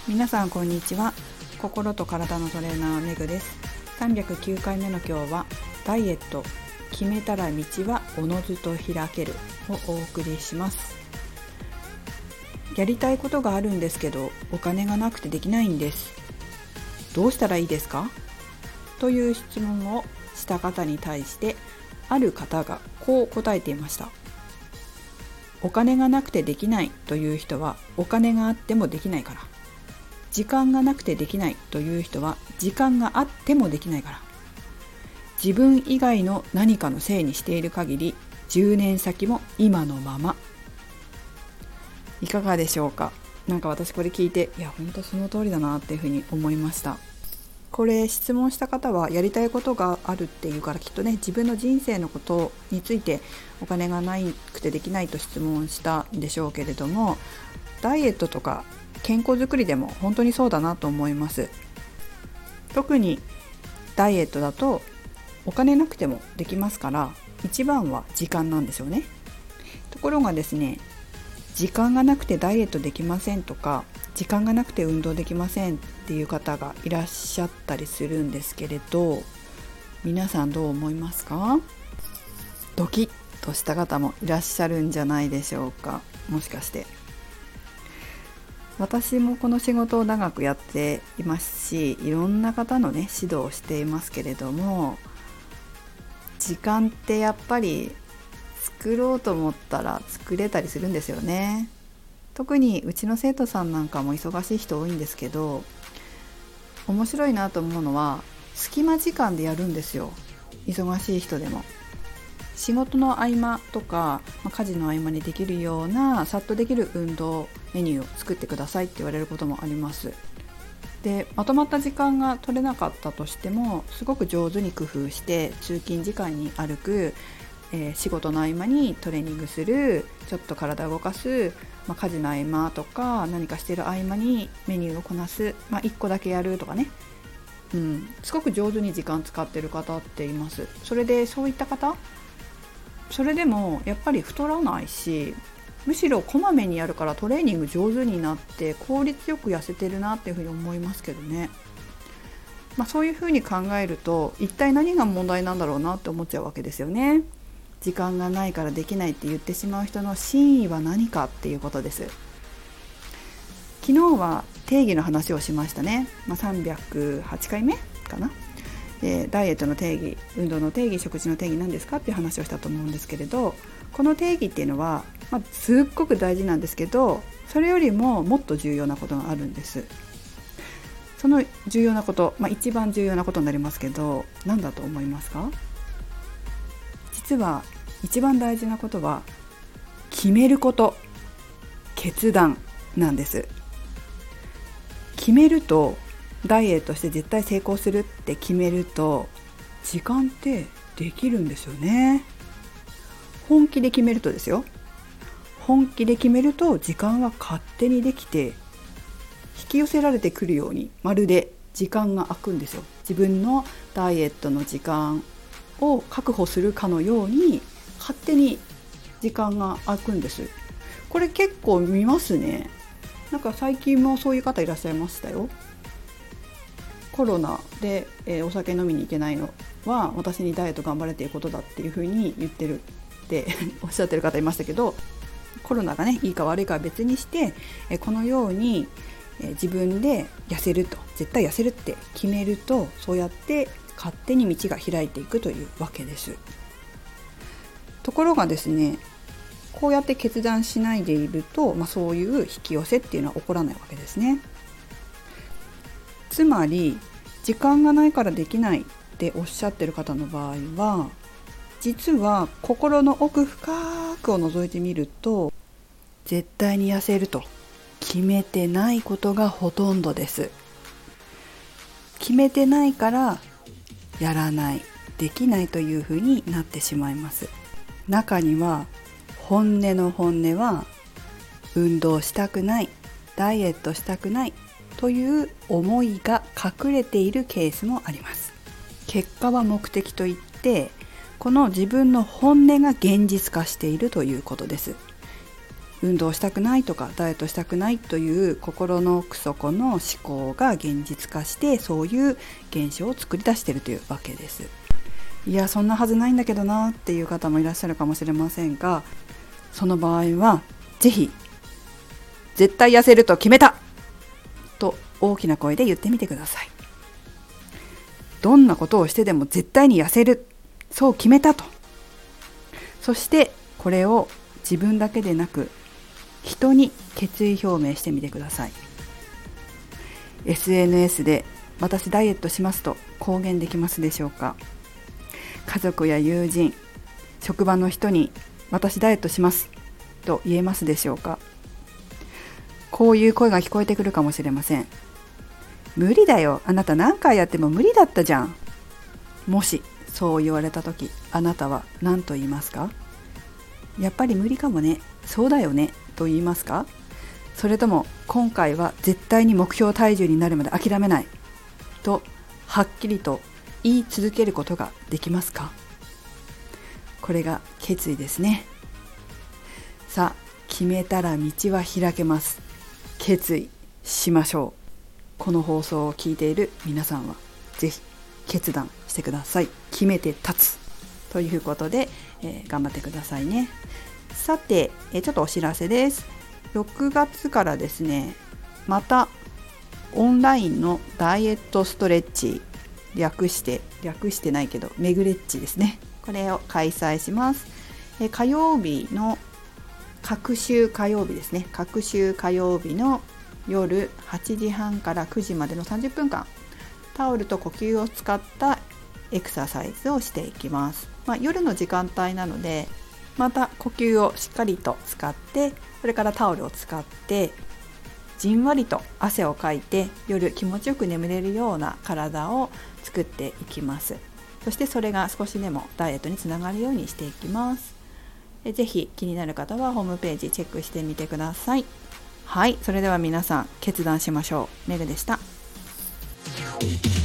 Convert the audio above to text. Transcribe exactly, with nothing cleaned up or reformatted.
皆さんこんにちは。心と体のトレーナーめぐです。さんびゃくきゅうかいめの今日はダイエット決めたら道はおのずと開けるをお送りします。やりたいことがあるんですけどお金がなくてできないんです。どうしたらいいですかという質問をした方に対してある方がこう答えていました。お金がなくてできないという人はお金があってもできないから、時間がなくてできないという人は時間があってもできないから、自分以外の何かのせいにしている限りじゅうねん先も今のまま。いかがでしょうか。なんか私これ聞いて、いや本当その通りだなっていうふうに思いました。これ質問した方はやりたいことがあるっていうから、きっとね自分の人生のことについてお金がなくてできないと質問したんでしょうけれども、ダイエットとか健康づくりでも本当にそうだなと思います。特にダイエットだとお金なくてもできますから、一番は時間なんですよね。ところがですね、時間がなくてダイエットできませんとか、時間がなくて運動できませんっていう方がいらっしゃったりするんですけれど、皆さんどう思いますか？ドキッとした方もいらっしゃるんじゃないでしょうか。もしかして私もこの仕事を長くやっていますし、いろんな方のね指導をしていますけれども、時間ってやっぱり作ろうと思ったら作れたりするんですよね。特にうちの生徒さんなんかも忙しい人多いんですけど、面白いなと思うのは隙間時間でやるんですよ。忙しい人でも仕事の合間とか、まあ、家事の合間にできるようなさっとできる運動メニューを作ってくださいって言われることもあります。で、まとまった時間が取れなかったとしてもすごく上手に工夫して通勤時間に歩く、えー、仕事の合間にトレーニングする、ちょっと体を動かす、まあ、家事の合間とか何かしている合間にメニューをこなす、まあ、いっこだけやるとかね、うん、すごく上手に時間使ってる方っています。それでそういった方、それでもやっぱり太らないし、むしろこまめにやるからトレーニング上手になって効率よく痩せてるなっていうふうに思いますけどね。まあ、そういうふうに考えると一体何が問題なんだろうなって思っちゃうわけですよね。時間がないからできないって言ってしまう人の真意は何かっていうことです。昨日は定義の話をしましたね。まあ、さんびゃくはちかいめかな。でダイエットの定義、運動の定義、食事の定義なんですかっていう話をしたと思うんですけれど、この定義っていうのは、まあ、すっごく大事なんですけど、それよりももっと重要なことがあるんです。その重要なこと、まあ、一番重要なことになりますけど、何だと思いますか？実は一番大事なことは決めること、決断なんです。決めると、ダイエットして絶対成功するって決めると時間ってできるんですよね。本気で決めるとですよ。本気で決めると時間は勝手にできて引き寄せられてくるように、まるで時間が空くんですよ。自分のダイエットの時間を確保するかのように勝手に時間が空くんです。これ結構見ますね。なんか最近もそういう方いらっしゃいましたよ。コロナで、えー、お酒飲みに行けないのは私にダイエット頑張れていることだっていうふうに言ってるっておっしゃってる方いましたけど、コロナがねいいか悪いかは別にして、えー、このように、えー、自分で痩せると、絶対痩せるって決めると、そうやって勝手に道が開いていくというわけです。ところがですね、こうやって決断しないでいると、まあ、そういう引き寄せっていうのは起こらないわけですね。つまり時間がないからできないっておっしゃってる方の場合は、実は心の奥深くを覗いてみると絶対に痩せると決めてないことがほとんどです。決めてないからやらない、できないというふうになってしまいます。中には本音の本音は運動したくない、ダイエットしたくないという思いが隠れているケースもあります。結果は目的といって、この自分の本音が現実化しているということです。 運動したくないとかダイエットしたくないという心の奥底の思考が現実化して、そういう現象を作り出しているというわけです。いやそんなはずないんだけどなっていう方もいらっしゃるかもしれませんが、その場合はぜひ絶対痩せると決めたと大きな声で言ってみてください。どんなことをしてでも絶対に痩せる、そう決めたと。そしてこれを自分だけでなく人に決意表明してみてください。 エスエヌエス で私ダイエットしますと公言できますでしょうか。家族や友人、職場の人に私ダイエットしますと言えますでしょうか。こういう声が聞こえてくるかもしれません。無理だよ、あなた何回やっても無理だったじゃん。もしそう言われた時、あなたは何と言いますか。やっぱり無理かもね、そうだよねと言いますか。それとも今回は絶対に目標体重になるまで諦めないとはっきりと言い続けることができますか。これが決意ですね。さあ決めたら道は開けます。決意しましょう。この放送を聞いている皆さんはぜひ決断してください。決めて立つということで、えー、頑張ってくださいね。さて、えー、ちょっとお知らせです。ろくがつからですね、またオンラインのダイエットストレッチ、略して略してないけどメグレッチですね、これを開催します。えー、火曜日の各週火曜日ですね各週火曜日の夜はちじはんからくじまでのさんじゅっぷんかん、タオルと呼吸を使ったエクササイズをしていきます。まあ、夜の時間帯なのでまた呼吸をしっかりと使って、それからタオルを使ってじんわりと汗をかいて夜気持ちよく眠れるような体を作っていきます。そしてそれが少しでもダイエットにつながるようにしていきます。ぜひ気になる方はホームページチェックしてみてください。はい、それでは皆さん決断しましょう。メグでした。